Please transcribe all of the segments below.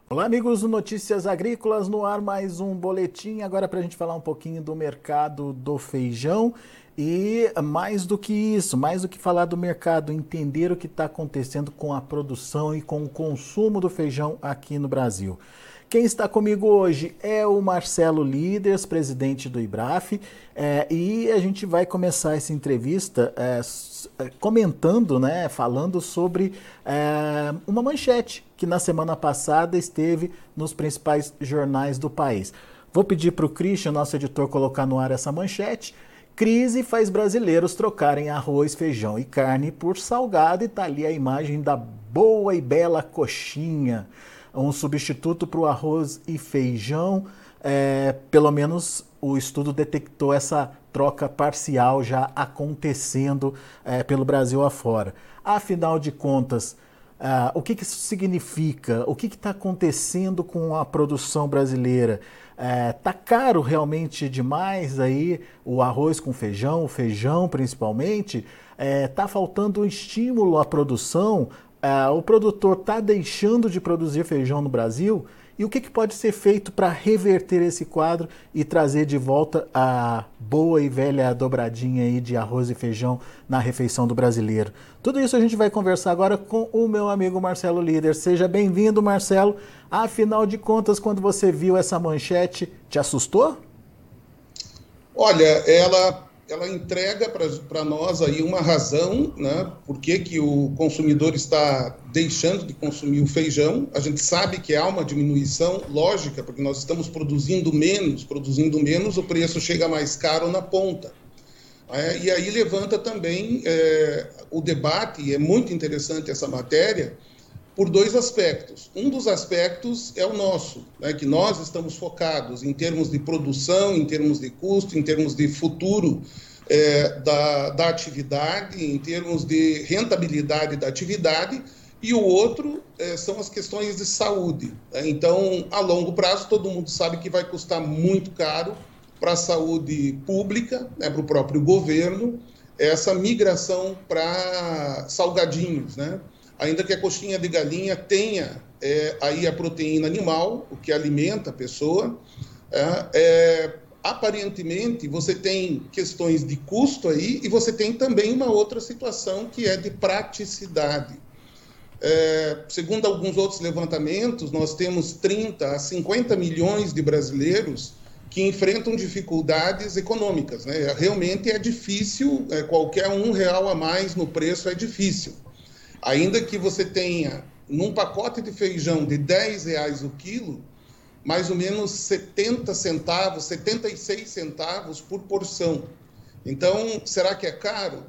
Olá, amigos do Notícias Agrícolas, no ar mais um boletim. Agora para a gente falar um pouquinho do mercado do feijão e mais do que isso, mais do que falar do mercado, entender o que está acontecendo com a produção e com o consumo do feijão aqui no Brasil. Quem está comigo hoje é o Marcelo Líderes, presidente do IBRAF, e a gente vai começar essa entrevista comentando, né, falando sobre uma manchete que na semana passada esteve nos principais jornais do país. Vou pedir para o Christian, nosso editor, colocar no ar essa manchete. Crise faz brasileiros trocarem arroz, feijão e carne por salgado, e tá ali a imagem da boa e bela coxinha, um substituto para o arroz e feijão. Pelo menos o estudo detectou essa troca parcial já acontecendo pelo Brasil afora. Afinal de contas, o que isso significa? O que está acontecendo com a produção brasileira? Tá caro realmente demais aí o arroz com feijão, o feijão principalmente? Tá faltando um estímulo à produção? O produtor está deixando de produzir feijão no Brasil? E o que pode ser feito para reverter esse quadro e trazer de volta a boa e velha dobradinha aí de arroz e feijão na refeição do brasileiro? Tudo isso a gente vai conversar agora com o meu amigo Marcelo Líder. Seja bem-vindo, Marcelo. Afinal de contas, quando você viu essa manchete, te assustou? Olha, ela entrega para nós aí uma razão, né, por que o consumidor está deixando de consumir o feijão. A gente sabe que há uma diminuição lógica, porque nós estamos produzindo menos, o preço chega mais caro na ponta. E aí levanta também o debate, e é muito interessante essa matéria, por dois aspectos. Um dos aspectos é o nosso, né, que nós estamos focados em termos de produção, em termos de custo, em termos de futuro da atividade, em termos de rentabilidade da atividade, e o outro são as questões de saúde. Então, a longo prazo, todo mundo sabe que vai custar muito caro para a saúde pública, né, para o próprio governo, essa migração para salgadinhos, né? Ainda que a coxinha de galinha tenha aí a proteína animal, o que alimenta a pessoa, aparentemente você tem questões de custo aí, e você tem também uma outra situação que é de praticidade. Segundo alguns outros levantamentos, nós temos 30 a 50 milhões de brasileiros que enfrentam dificuldades econômicas, né? Realmente é difícil, qualquer R$ 1 a mais no preço é difícil. Ainda que você tenha, num pacote de feijão de R$ 10 o quilo, mais ou menos 70 centavos, 76 centavos por porção. Então, será que é caro?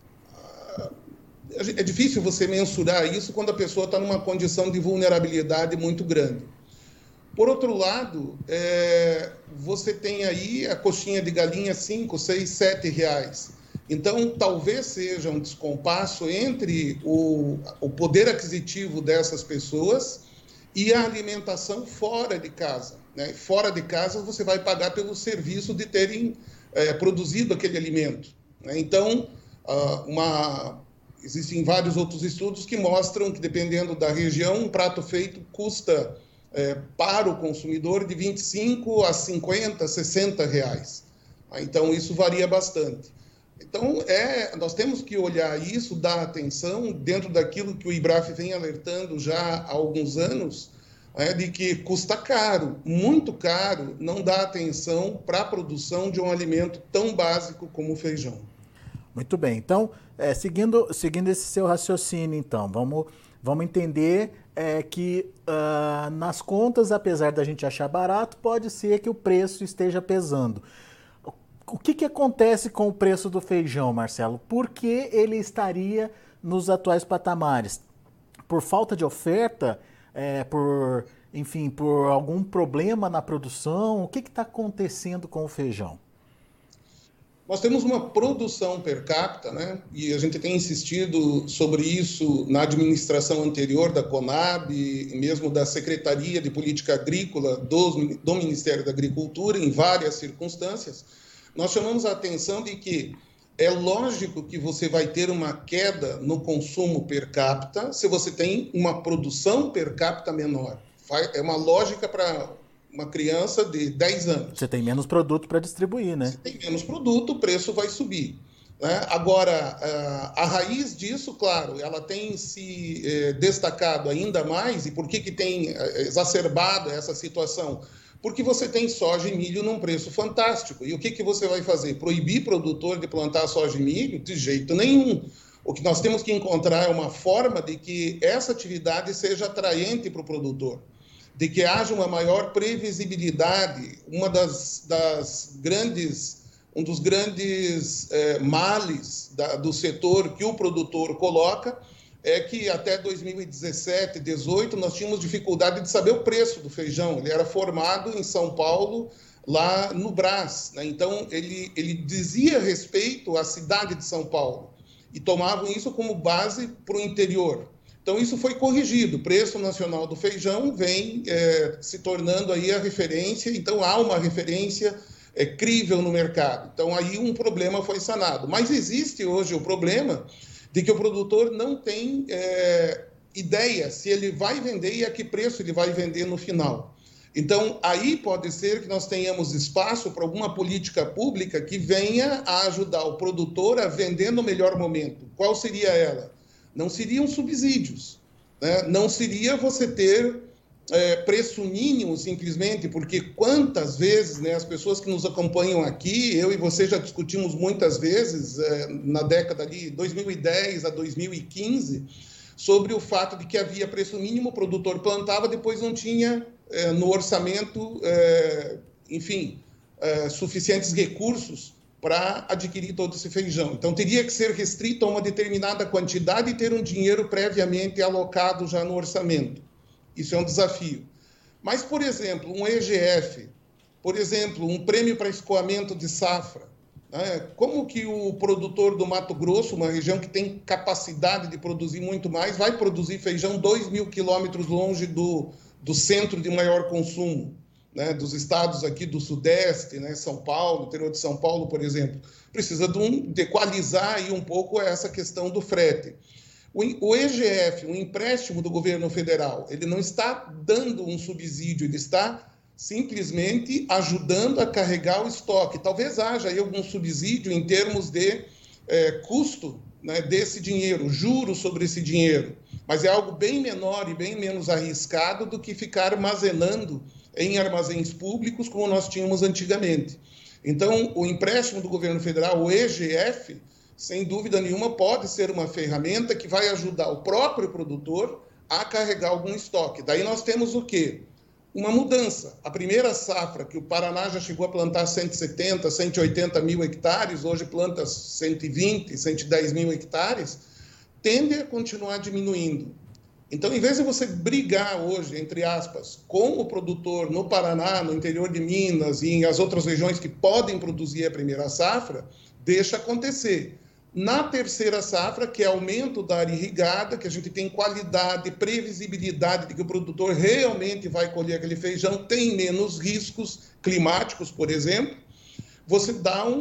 É difícil você mensurar isso quando a pessoa está numa condição de vulnerabilidade muito grande. Por outro lado, você tem aí a coxinha de galinha 5, 6, 7 reais. Então, talvez seja um descompasso entre o poder aquisitivo dessas pessoas e a alimentação fora de casa, né? Fora de casa, você vai pagar pelo serviço de terem produzido aquele alimento, né? Então, existem vários outros estudos que mostram que, dependendo da região, um prato feito custa, para o consumidor, de 25 a 50, 60 reais. Então, isso varia bastante. Então, nós temos que olhar isso, dar atenção dentro daquilo que o IBRAF vem alertando já há alguns anos, de que custa caro, muito caro, não dá atenção para a produção de um alimento tão básico como o feijão. Muito bem. Então, seguindo esse seu raciocínio, então, vamos entender que nas contas, apesar da gente achar barato, pode ser que o preço esteja pesando. O que acontece com o preço do feijão, Marcelo? Por que ele estaria nos atuais patamares? Por falta de oferta? Por algum problema na produção? O que está acontecendo com o feijão? Nós temos uma produção per capita, né? E a gente tem insistido sobre isso na administração anterior da Conab, e mesmo da Secretaria de Política Agrícola do Ministério da Agricultura, em várias circunstâncias. Nós chamamos a atenção de que é lógico que você vai ter uma queda no consumo per capita se você tem uma produção per capita menor. É uma lógica para uma criança de 10 anos. Você tem menos produto para distribuir, né? Se tem menos produto, o preço vai subir. Né? Agora, a raiz disso, claro, ela tem se destacado ainda mais. E por que tem exacerbado essa situação? Porque você tem soja e milho num preço fantástico. E o que você vai fazer? Proibir produtor de plantar soja e milho? De jeito nenhum. O que nós temos que encontrar é uma forma de que essa atividade seja atraente para o produtor, de que haja uma maior previsibilidade. Um dos grandes males do setor que o produtor coloca é que até 2017, 2018, nós tínhamos dificuldade de saber o preço do feijão. Ele era formado em São Paulo, lá no Brás, né? Então, ele dizia respeito à cidade de São Paulo e tomavam isso como base para o interior. Então, isso foi corrigido. O preço nacional do feijão vem se tornando aí a referência. Então, há uma referência crível no mercado. Então, aí um problema foi sanado. Mas existe hoje o problema de que o produtor não tem ideia se ele vai vender e a que preço ele vai vender no final. Então, aí pode ser que nós tenhamos espaço para alguma política pública que venha a ajudar o produtor a vender no melhor momento. Qual seria ela? Não seriam subsídios, né? Não seria você ter preço mínimo, simplesmente, porque quantas vezes, né, as pessoas que nos acompanham aqui, eu e você já discutimos muitas vezes, na década de 2010 a 2015, sobre o fato de que havia preço mínimo, o produtor plantava, depois não tinha no orçamento, suficientes recursos para adquirir todo esse feijão. Então, teria que ser restrito a uma determinada quantidade e ter um dinheiro previamente alocado já no orçamento. Isso é um desafio. Mas, por exemplo, um EGF, por exemplo, um prêmio para escoamento de safra, né? Como que o produtor do Mato Grosso, uma região que tem capacidade de produzir muito mais, vai produzir feijão 2.000 quilômetros longe do centro de maior consumo, né, dos estados aqui do Sudeste, né, São Paulo, interior de São Paulo, por exemplo? Precisa de equalizar aí um pouco essa questão do frete. O EGF, um empréstimo do governo federal, ele não está dando um subsídio, ele está simplesmente ajudando a carregar o estoque. Talvez haja aí algum subsídio em termos de custo, né, desse dinheiro, juros sobre esse dinheiro, mas é algo bem menor e bem menos arriscado do que ficar armazenando em armazéns públicos como nós tínhamos antigamente. Então, o empréstimo do governo federal, o EGF, sem dúvida nenhuma, pode ser uma ferramenta que vai ajudar o próprio produtor a carregar algum estoque. Daí nós temos o quê? Uma mudança. A primeira safra, que o Paraná já chegou a plantar 170, 180 mil hectares, hoje planta 120, 110 mil hectares, tende a continuar diminuindo. Então, em vez de você brigar hoje, entre aspas, com o produtor no Paraná, no interior de Minas e em as outras regiões que podem produzir a primeira safra, deixa acontecer. Na terceira safra, que é aumento da área irrigada, que a gente tem qualidade, previsibilidade de que o produtor realmente vai colher aquele feijão, tem menos riscos climáticos, por exemplo, você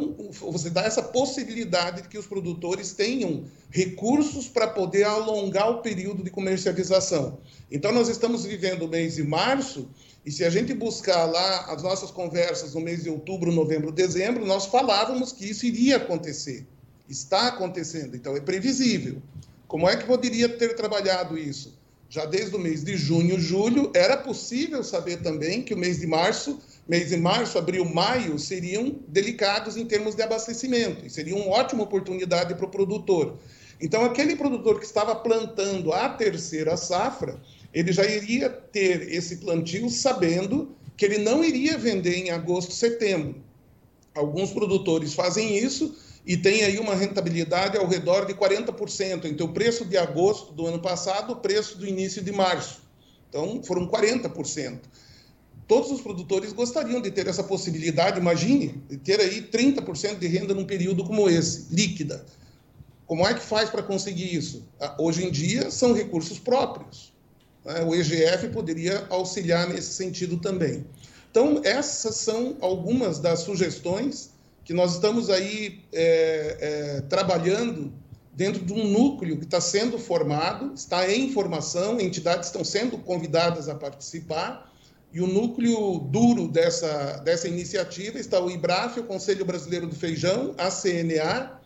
dá essa possibilidade de que os produtores tenham recursos para poder alongar o período de comercialização. Então, nós estamos vivendo o mês de março, e se a gente buscar lá as nossas conversas no mês de outubro, novembro, dezembro, nós falávamos que isso iria acontecer. Está acontecendo, então é previsível. Como é que poderia ter trabalhado isso? Já desde o mês de junho, julho, era possível saber também que o mês de março, abril, maio, seriam delicados em termos de abastecimento, e seria uma ótima oportunidade para o produtor. Então, aquele produtor que estava plantando a terceira safra, ele já iria ter esse plantio sabendo que ele não iria vender em agosto, setembro. Alguns produtores fazem isso e tem aí uma rentabilidade ao redor de 40%, entre o preço de agosto do ano passado e o preço do início de março. Então, foram 40%. Todos os produtores gostariam de ter essa possibilidade, imagine, de ter aí 30% de renda num período como esse, líquida. Como é que faz para conseguir isso? Hoje em dia, são recursos próprios. O EGF poderia auxiliar nesse sentido também. Então, essas são algumas das sugestões que nós estamos aí trabalhando dentro de um núcleo que está sendo formado, está em formação, entidades estão sendo convidadas a participar, e o núcleo duro dessa iniciativa está o IBRAF, o Conselho Brasileiro do Feijão, a CNA,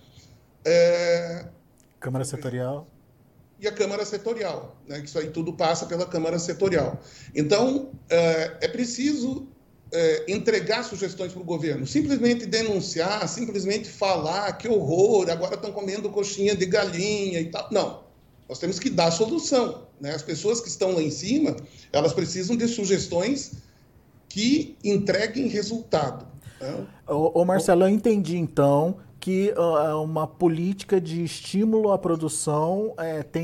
Câmara Setorial. E a Câmara Setorial, né, que isso aí tudo passa pela Câmara Setorial. Então, é preciso entregar sugestões para o governo. Simplesmente denunciar, simplesmente falar, que horror, agora estão comendo coxinha de galinha e tal. Não, nós temos que dar solução, né? As pessoas que estão lá em cima, elas precisam de sugestões que entreguem resultado, né? Ô Marcelo, eu entendi então que uma política de estímulo à produção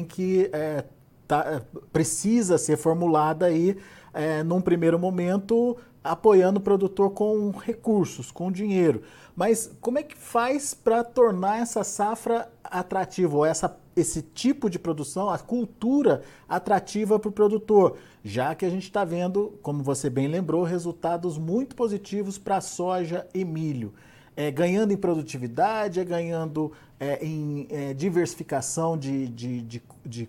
precisa ser formulada aí num primeiro momento apoiando o produtor com recursos, com dinheiro. Mas como é que faz para tornar essa safra atrativa, ou esse tipo de produção, a cultura atrativa para o produtor? Já que a gente está vendo, como você bem lembrou, resultados muito positivos para soja e milho. Ganhando em produtividade, ganhando em diversificação de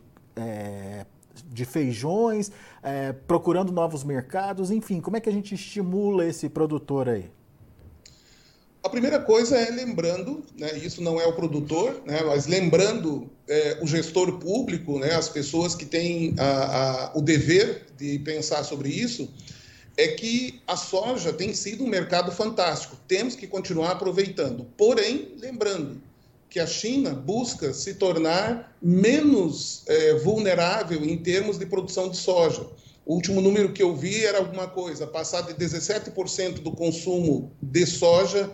feijões, procurando novos mercados, enfim, como é que a gente estimula esse produtor aí? A primeira coisa é lembrando, né, isso não é o produtor, né, mas lembrando o gestor público, né, as pessoas que têm o dever de pensar sobre isso, é que a soja tem sido um mercado fantástico, temos que continuar aproveitando. Porém, lembrando que a China busca se tornar menos vulnerável em termos de produção de soja. O último número que eu vi era alguma coisa, passar de 17% do consumo de soja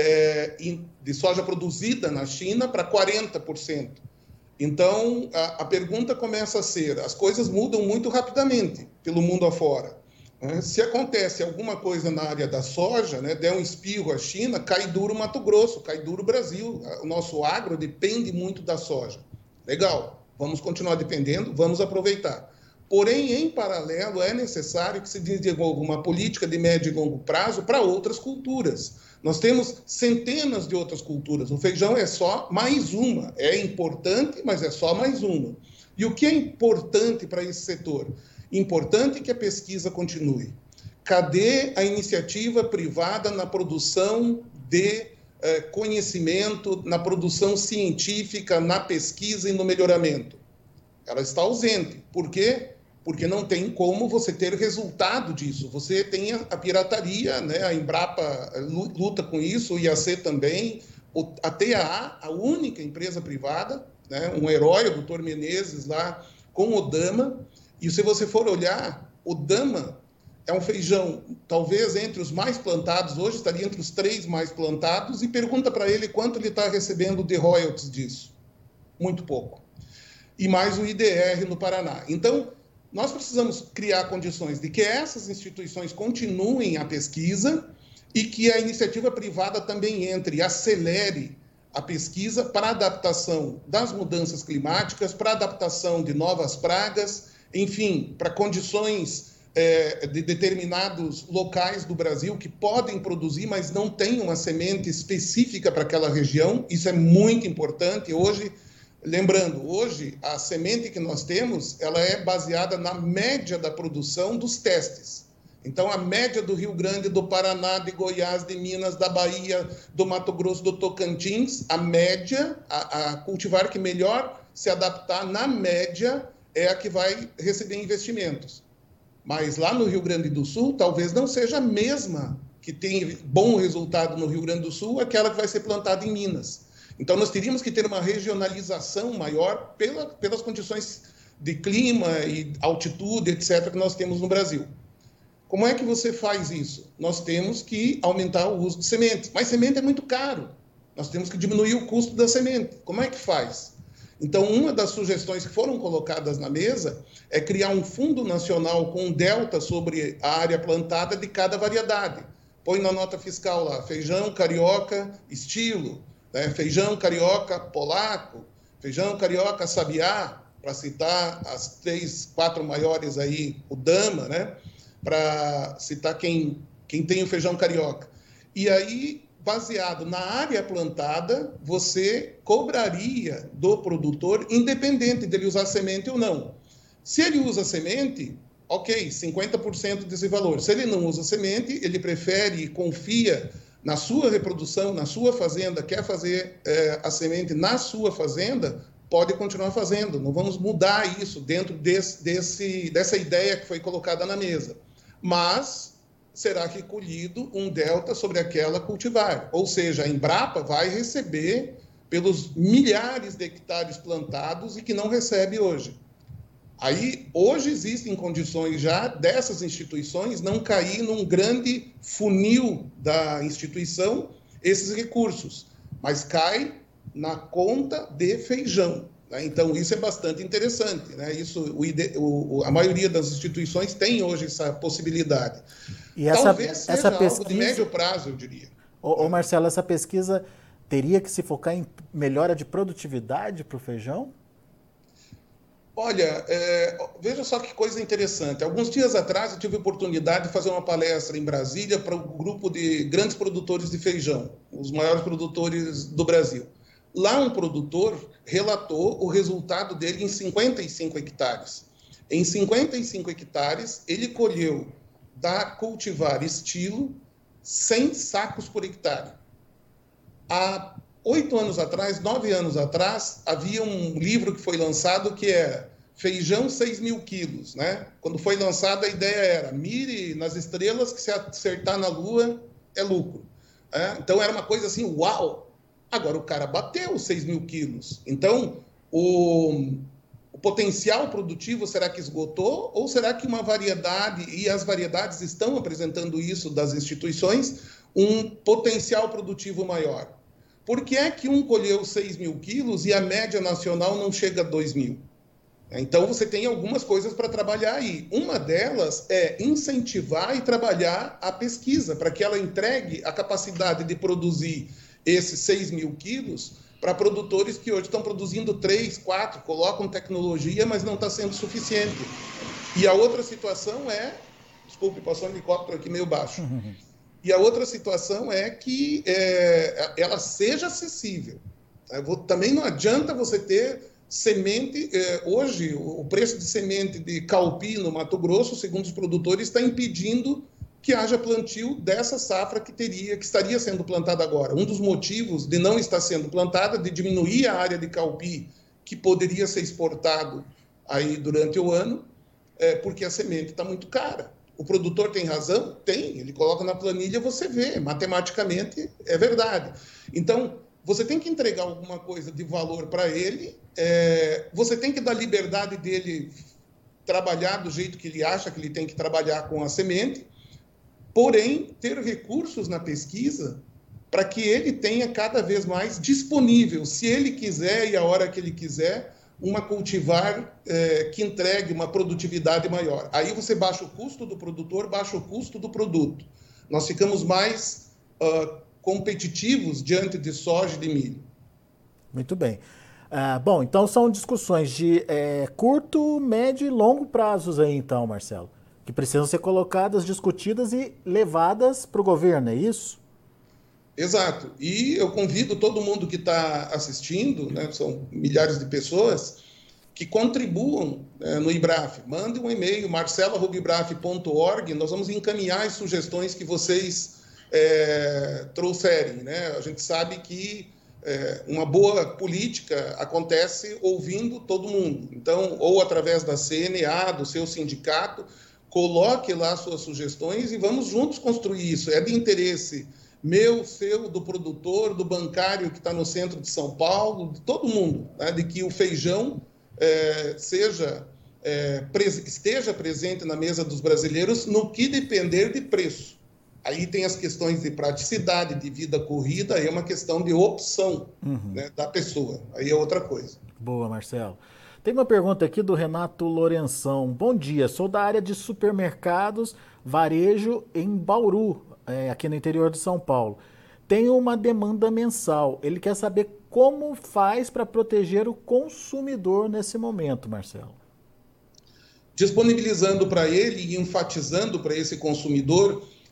produzida na China para 40%. Então, a pergunta começa a ser, as coisas mudam muito rapidamente pelo mundo afora. Se acontece alguma coisa na área da soja, né, der um espirro à China, cai duro o Mato Grosso, cai duro o Brasil. O nosso agro depende muito da soja. Legal, vamos continuar dependendo, vamos aproveitar. Porém, em paralelo, é necessário que se desenvolva uma política de médio e longo prazo para outras culturas. Nós temos centenas de outras culturas. O feijão é só mais uma. É importante, mas é só mais uma. E o que é importante para esse setor? Importante que a pesquisa continue. Cadê a iniciativa privada na produção de conhecimento, na produção científica, na pesquisa e no melhoramento? Ela está ausente. Por quê? Porque não tem como você ter resultado disso. Você tem a pirataria, né? A Embrapa luta com isso, o IAC também, a TAA, a única empresa privada, né? Um herói, o doutor Menezes, lá com o Dama. E se você for olhar, o Dama é um feijão, talvez entre os mais plantados, hoje estaria entre os 3 mais plantados, e pergunta para ele quanto ele está recebendo de royalties disso. Muito pouco. E mais o IDR no Paraná. Então, nós precisamos criar condições de que essas instituições continuem a pesquisa e que a iniciativa privada também entre e acelere a pesquisa para a adaptação das mudanças climáticas, para a adaptação de novas pragas, enfim, para condições de determinados locais do Brasil que podem produzir, mas não têm uma semente específica para aquela região. Isso é muito importante. Hoje, lembrando, hoje a semente que nós temos, ela é baseada na média da produção dos testes. Então, a média do Rio Grande, do Paraná, de Goiás, de Minas, da Bahia, do Mato Grosso, do Tocantins, a média, a cultivar que melhor se adaptar na média é a que vai receber investimentos. Mas lá no Rio Grande do Sul, talvez não seja a mesma que tem bom resultado no Rio Grande do Sul, aquela que vai ser plantada em Minas. Então, nós teríamos que ter uma regionalização maior pelas condições de clima e altitude, etc., que nós temos no Brasil. Como é que você faz isso? Nós temos que aumentar o uso de sementes. Mas semente é muito caro. Nós temos que diminuir o custo da semente. Como é que faz? Então, uma das sugestões que foram colocadas na mesa é criar um fundo nacional com um delta sobre a área plantada de cada variedade. Põe na nota fiscal lá, feijão carioca estilo, né? Feijão carioca polaco, feijão carioca sabiá, para citar as 3, 4 maiores aí, o Dama, né? Para citar quem tem o feijão carioca. E aí baseado na área plantada, você cobraria do produtor, independente dele usar semente ou não. Se ele usa semente, ok, 50% desse valor. Se ele não usa semente, ele prefere e confia na sua reprodução, na sua fazenda, quer fazer a semente na sua fazenda, pode continuar fazendo. Não vamos mudar isso dentro dessa ideia que foi colocada na mesa. Mas será recolhido um delta sobre aquela cultivar. Ou seja, a Embrapa vai receber pelos milhares de hectares plantados e que não recebe hoje. Aí, hoje existem condições já dessas instituições não cair num grande funil da instituição esses recursos, mas cai na conta de feijão. Né? Então, isso é bastante interessante. Né? A maioria das instituições tem hoje essa possibilidade. E Talvez seja essa pesquisa, algo de médio prazo, eu diria. Ô, Marcelo, essa pesquisa teria que se focar em melhora de produtividade para o feijão? Olha, veja só que coisa interessante. Alguns dias atrás eu tive a oportunidade de fazer uma palestra em Brasília para um grupo de grandes produtores de feijão, os maiores produtores do Brasil. Lá um produtor relatou o resultado dele em 55 hectares. Em 55 hectares, ele colheu da cultivar estilo 100 sacos por hectare. Há 8 anos atrás, 9 anos atrás, havia um livro que foi lançado que é Feijão 6.000 quilos. Né? Quando foi lançado, a ideia era mire nas estrelas que se acertar na lua é lucro. Então era uma coisa assim, uau! Agora o cara bateu 6.000 quilos. Então o potencial produtivo será que esgotou ou será que uma variedade, e as variedades estão apresentando isso das instituições, um potencial produtivo maior? Por que é que um colheu 6.000 quilos e a média nacional não chega a 2.000? Então, você tem algumas coisas para trabalhar aí. Uma delas é incentivar e trabalhar a pesquisa, para que ela entregue a capacidade de produzir esses 6.000 quilos para produtores que hoje estão produzindo 3, 4, colocam tecnologia, mas não está sendo suficiente. E a outra situação é... Desculpe, passou um helicóptero aqui meio baixo. E a outra situação é que ela seja acessível. Também não adianta você ter semente... Hoje, o preço de semente de calpi no Mato Grosso, segundo os produtores, está impedindo que haja plantio dessa safra que estaria sendo plantada agora. Um dos motivos de não estar sendo plantada, de diminuir a área de calpi que poderia ser exportado aí durante o ano, é porque a semente está muito cara. O produtor tem razão? Tem. Ele coloca na planilha, você vê. Matematicamente, é verdade. Então, você tem que entregar alguma coisa de valor para ele, você tem que dar liberdade dele trabalhar do jeito que ele acha que ele tem que trabalhar com a semente, porém, ter recursos na pesquisa para que ele tenha cada vez mais disponível, se ele quiser e a hora que ele quiser, uma cultivar que entregue uma produtividade maior. Aí você baixa o custo do produtor, baixa o custo do produto. Nós ficamos mais competitivos diante de soja e de milho. Muito bem. Bom, então são discussões de curto, médio e longo prazos aí, então, Marcelo, que precisam ser colocadas, discutidas e levadas para o governo, é isso? Exato. E eu convido todo mundo que está assistindo, né, são milhares de pessoas, que contribuam no IBRAF. Mande um e-mail, marcelo@ibraf.org, nós vamos encaminhar as sugestões que vocês trouxerem. Né? A gente sabe que uma boa política acontece ouvindo todo mundo. Então, ou através da CNA, do seu sindicato, coloque lá suas sugestões e vamos juntos construir isso. É de interesse meu, seu, do produtor, do bancário que está no centro de São Paulo, de todo mundo, né? De que o feijão esteja presente na mesa dos brasileiros no que depender de preço. Aí tem as questões de praticidade, de vida corrida, aí é uma questão de opção né, da pessoa. Aí é outra coisa. Boa, Marcelo. Tem uma pergunta aqui do Renato Lourenção. Bom dia, sou da área de supermercados, varejo em Bauru, aqui no interior de São Paulo. Tenho uma demanda mensal. Ele quer saber como faz para proteger o consumidor nesse momento, Marcelo. Disponibilizando para ele e enfatizando para esse consumidor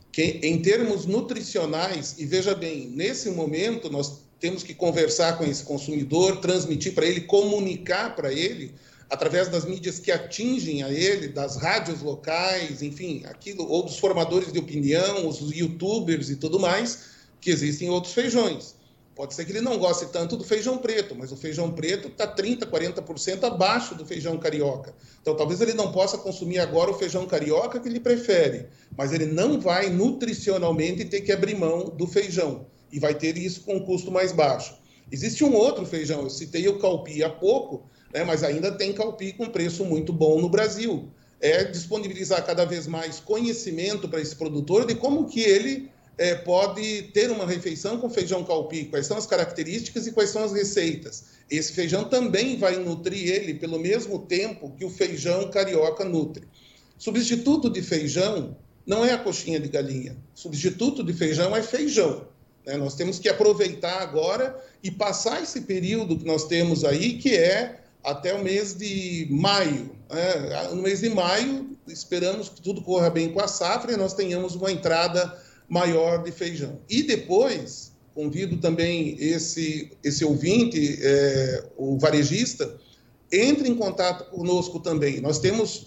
que, em termos nutricionais, e veja bem, nesse momento nós temos que conversar com esse consumidor, transmitir para ele, comunicar para ele, através das mídias que atingem a ele, das rádios locais, enfim, aquilo, ou dos formadores de opinião, os youtubers e tudo mais, que existem outros feijões. Pode ser que ele não goste tanto do feijão preto, mas o feijão preto está 30%, 40% abaixo do feijão carioca. Então, talvez ele não possa consumir agora o feijão carioca que ele prefere, mas ele não vai nutricionalmente ter que abrir mão do feijão e vai ter isso com um custo mais baixo. Existe um outro feijão, eu citei o calpi há pouco, né, mas ainda tem calpi com preço muito bom no Brasil. É disponibilizar cada vez mais conhecimento para esse produtor de como que ele pode ter uma refeição com feijão calpi, quais são as características e quais são as receitas. Esse feijão também vai nutrir ele pelo mesmo tempo que o feijão carioca nutre. Substituto de feijão não é a coxinha de galinha. Substituto de feijão é feijão. Né? Nós temos que aproveitar agora e passar esse período que nós temos aí, que é até o mês de maio. No mês de maio, esperamos que tudo corra bem com a safra e nós tenhamos uma entrada maior de feijão. E depois, convido também esse ouvinte, o varejista, entre em contato conosco também. Nós temos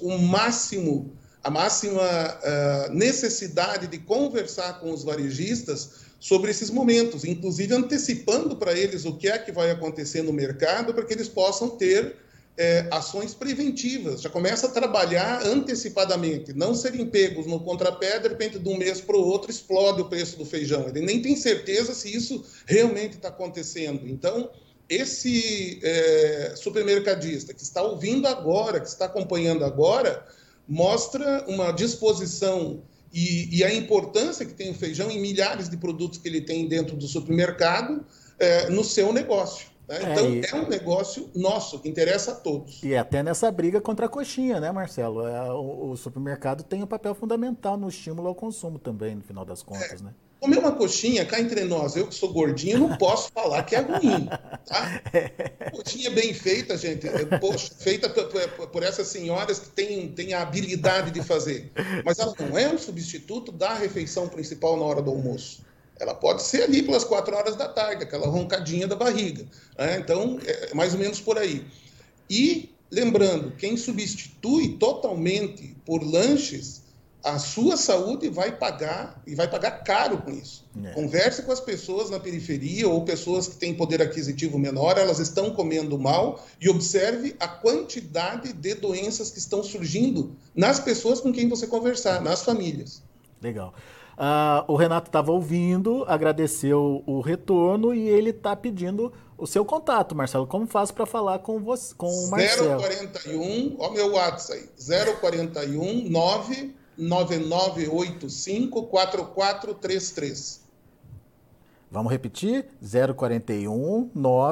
a máxima necessidade de conversar com os varejistas sobre esses momentos, inclusive antecipando para eles o que é que vai acontecer no mercado, para que eles possam ter ações preventivas, já começa a trabalhar antecipadamente, não serem pegos no contrapé, de repente de um mês para o outro explode o preço do feijão, ele nem tem certeza se isso realmente está acontecendo. Então, esse supermercadista que está ouvindo agora, que está acompanhando agora, mostra uma disposição e a importância que tem o feijão em milhares de produtos que ele tem dentro do supermercado no seu negócio. Então, é um negócio nosso, que interessa a todos. E até nessa briga contra a coxinha, né, Marcelo? O supermercado tem um papel fundamental no estímulo ao consumo também, no final das contas, né? Comer uma coxinha, cá entre nós, eu que sou gordinho, não posso falar que é ruim, tá? Coxinha bem feita, gente, feita por essas senhoras que têm a habilidade de fazer. Mas ela não é um substituto da refeição principal na hora do almoço. Ela pode ser ali pelas 4 horas da tarde, aquela roncadinha da barriga. Né? Então, é mais ou menos por aí. E, lembrando, quem substitui totalmente por lanches, a sua saúde vai pagar, e vai pagar caro com isso. Converse com as pessoas na periferia ou pessoas que têm poder aquisitivo menor, elas estão comendo mal, e observe a quantidade de doenças que estão surgindo nas pessoas com quem você conversar, nas famílias. Legal. O Renato estava ouvindo, agradeceu o retorno e ele está pedindo o seu contato, Marcelo. Como faz para falar com você, com o Marcelo? 041, ó meu WhatsApp aí, 041 99985 4433. Vamos repetir? 041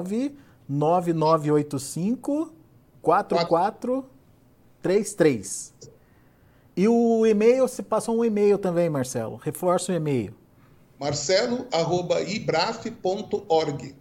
99985 4433. E o e-mail, você passou um e-mail também, Marcelo. Reforça o e-mail. marcelo@ibraf.org.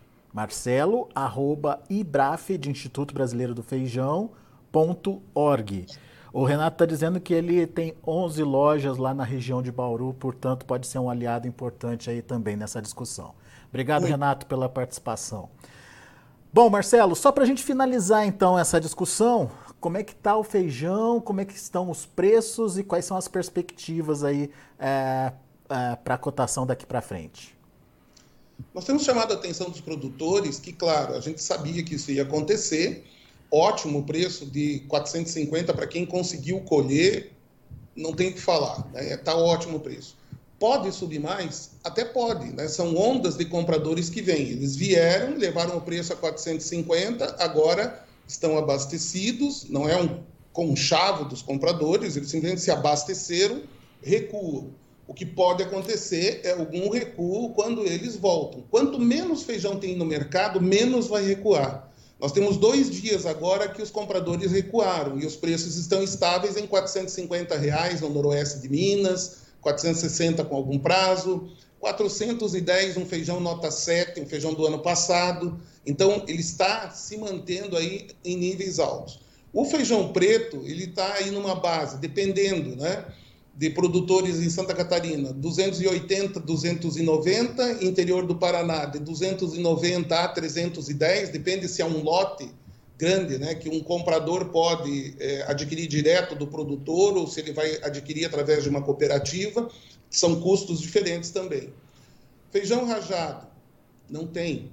Marcelo@ibraf, de Instituto Brasileiro do Feijão.org. O Renato está dizendo que ele tem 11 lojas lá na região de Bauru, portanto pode ser um aliado importante aí também nessa discussão. Obrigado, Renato, pela participação. Bom, Marcelo, só para a gente finalizar então essa discussão, como é que está o feijão, como é que estão os preços e quais são as perspectivas aí para a cotação daqui para frente? Nós temos chamado a atenção dos produtores que, claro, a gente sabia que isso ia acontecer, ótimo preço de 450 para quem conseguiu colher, não tem o que falar, né? Está ótimo o preço. Pode subir mais? Até pode, né? São ondas de compradores que vêm. Eles vieram, levaram o preço a 450, agora estão abastecidos, não é um conchavo dos compradores, eles simplesmente se abasteceram, recuam. O que pode acontecer é algum recuo quando eles voltam. Quanto menos feijão tem no mercado, menos vai recuar. Nós temos 2 dias agora que os compradores recuaram e os preços estão estáveis em R$ 450 no noroeste de Minas, 460 com algum prazo, 410 um feijão nota 7, um feijão do ano passado. Então, ele está se mantendo aí em níveis altos. O feijão preto, ele está aí numa base, dependendo, né? de produtores em Santa Catarina, 280, 290, interior do Paraná, de 290 a 310, depende se é um lote grande, né, que um comprador pode adquirir direto do produtor ou se ele vai adquirir através de uma cooperativa, são custos diferentes também. Feijão rajado, não tem.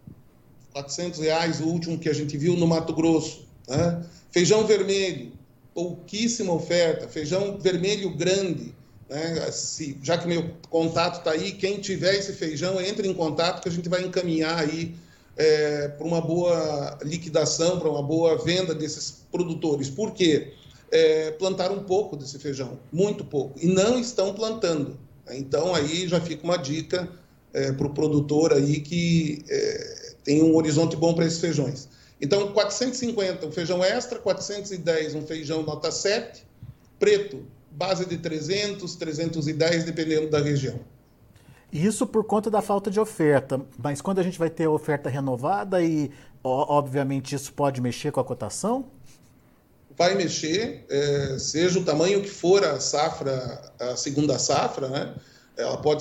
R$400, o último que a gente viu no Mato Grosso. Né? Feijão vermelho, pouquíssima oferta. Feijão vermelho grande. Né? Já que meu contato está aí, quem tiver esse feijão, entre em contato que a gente vai encaminhar aí para uma boa liquidação, para uma boa venda desses produtores. Por quê? Plantaram um pouco desse feijão, muito pouco, e não estão plantando. Então, aí já fica uma dica para o produtor aí que tem um horizonte bom para esses feijões. Então, 450 um feijão extra, 410 um feijão nota 7, preto, base de 300, 310, dependendo da região. Isso por conta da falta de oferta, mas quando a gente vai ter a oferta renovada e, obviamente, isso pode mexer com a cotação? Vai mexer, seja o tamanho que for a safra, a segunda safra, né? Ela pode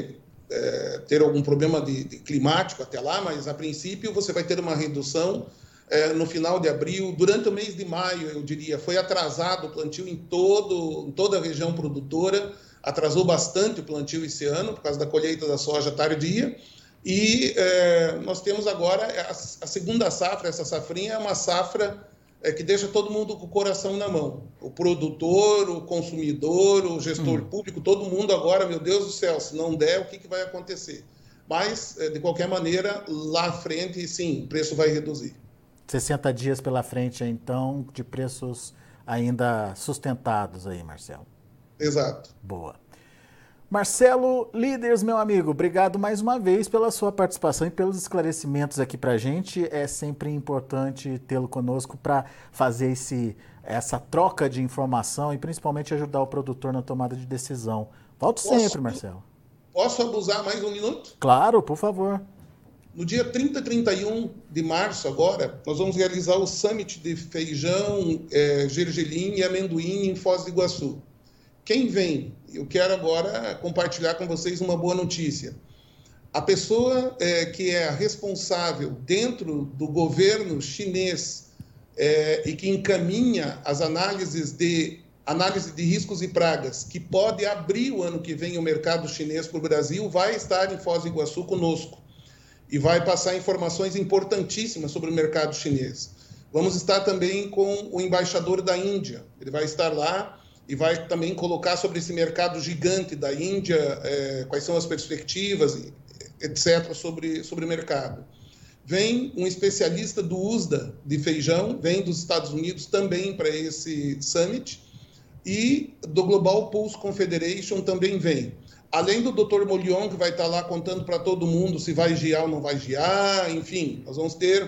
ter algum problema de climático até lá, mas a princípio você vai ter uma redução no final de abril, durante o mês de maio, eu diria, foi atrasado o plantio em toda a região produtora, atrasou bastante o plantio esse ano, por causa da colheita da soja tardia, e nós temos agora a segunda safra, essa safrinha é uma safra que deixa todo mundo com o coração na mão. O produtor, o consumidor, o gestor público, todo mundo agora, meu Deus do céu, se não der, o que vai acontecer? Mas, de qualquer maneira, lá à frente, sim, o preço vai reduzir. 60 dias pela frente, então, de preços ainda sustentados aí, Marcelo. Exato. Boa. Marcelo Líderes, meu amigo, obrigado mais uma vez pela sua participação e pelos esclarecimentos aqui para a gente. É sempre importante tê-lo conosco para fazer essa troca de informação e principalmente ajudar o produtor na tomada de decisão. Volte sempre, Marcelo. Posso abusar mais um minuto? Claro, por favor. No dia 30 e 31 de março, agora, nós vamos realizar o Summit de Feijão, Gergelim e Amendoim em Foz do Iguaçu. Quem vem? Eu quero agora compartilhar com vocês uma boa notícia. A pessoa que é a responsável dentro do governo chinês e que encaminha as análise de riscos e pragas, que pode abrir o ano que vem o mercado chinês para o Brasil, vai estar em Foz do Iguaçu conosco e vai passar informações importantíssimas sobre o mercado chinês. Vamos estar também com o embaixador da Índia. Ele vai estar lá e vai também colocar sobre esse mercado gigante da Índia, quais são as perspectivas, etc., sobre o mercado. Vem um especialista do USDA de feijão, vem dos Estados Unidos também para esse Summit, e do Global Pulse Confederation também vem. Além do Dr. Molion, que vai estar lá contando para todo mundo se vai giar ou não vai giar, enfim, nós vamos ter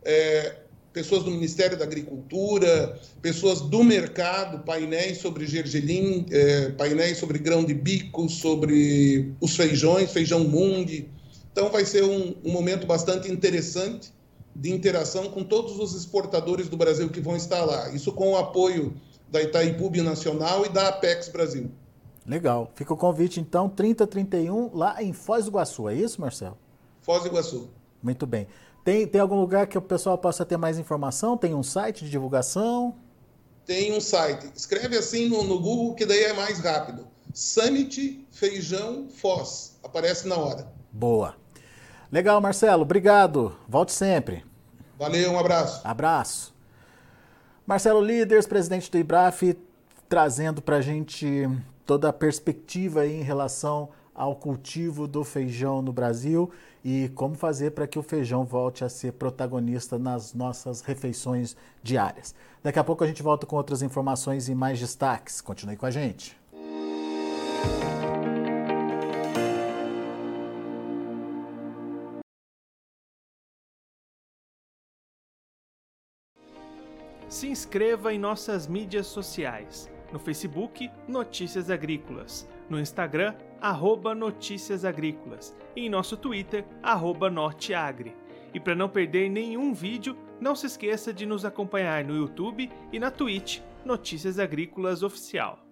pessoas do Ministério da Agricultura, pessoas do mercado, painéis sobre gergelim, painéis sobre grão de bico, sobre os feijões, feijão Mung. Então vai ser um momento bastante interessante de interação com todos os exportadores do Brasil que vão estar lá. Isso com o apoio da Itaipu Nacional e da Apex Brasil. Legal. Fica o convite, então, 30 e 31, lá em Foz do Iguaçu. É isso, Marcelo? Foz do Iguaçu. Muito bem. Tem algum lugar que o pessoal possa ter mais informação? Tem um site de divulgação? Tem um site. Escreve assim no Google, que daí é mais rápido. Summit Feijão Foz. Aparece na hora. Boa. Legal, Marcelo. Obrigado. Volte sempre. Valeu, um abraço. Abraço. Marcelo Líderes, presidente do IBRAF, trazendo para a gente toda a perspectiva aí em relação ao cultivo do feijão no Brasil e como fazer para que o feijão volte a ser protagonista nas nossas refeições diárias. Daqui a pouco a gente volta com outras informações e mais destaques. Continue com a gente. Se inscreva em nossas mídias sociais. No Facebook, Notícias Agrícolas. No Instagram, @Notícias Agrícolas. E em nosso Twitter, @Norteagri. E para não perder nenhum vídeo, não se esqueça de nos acompanhar no YouTube e na Twitch, Notícias Agrícolas Oficial.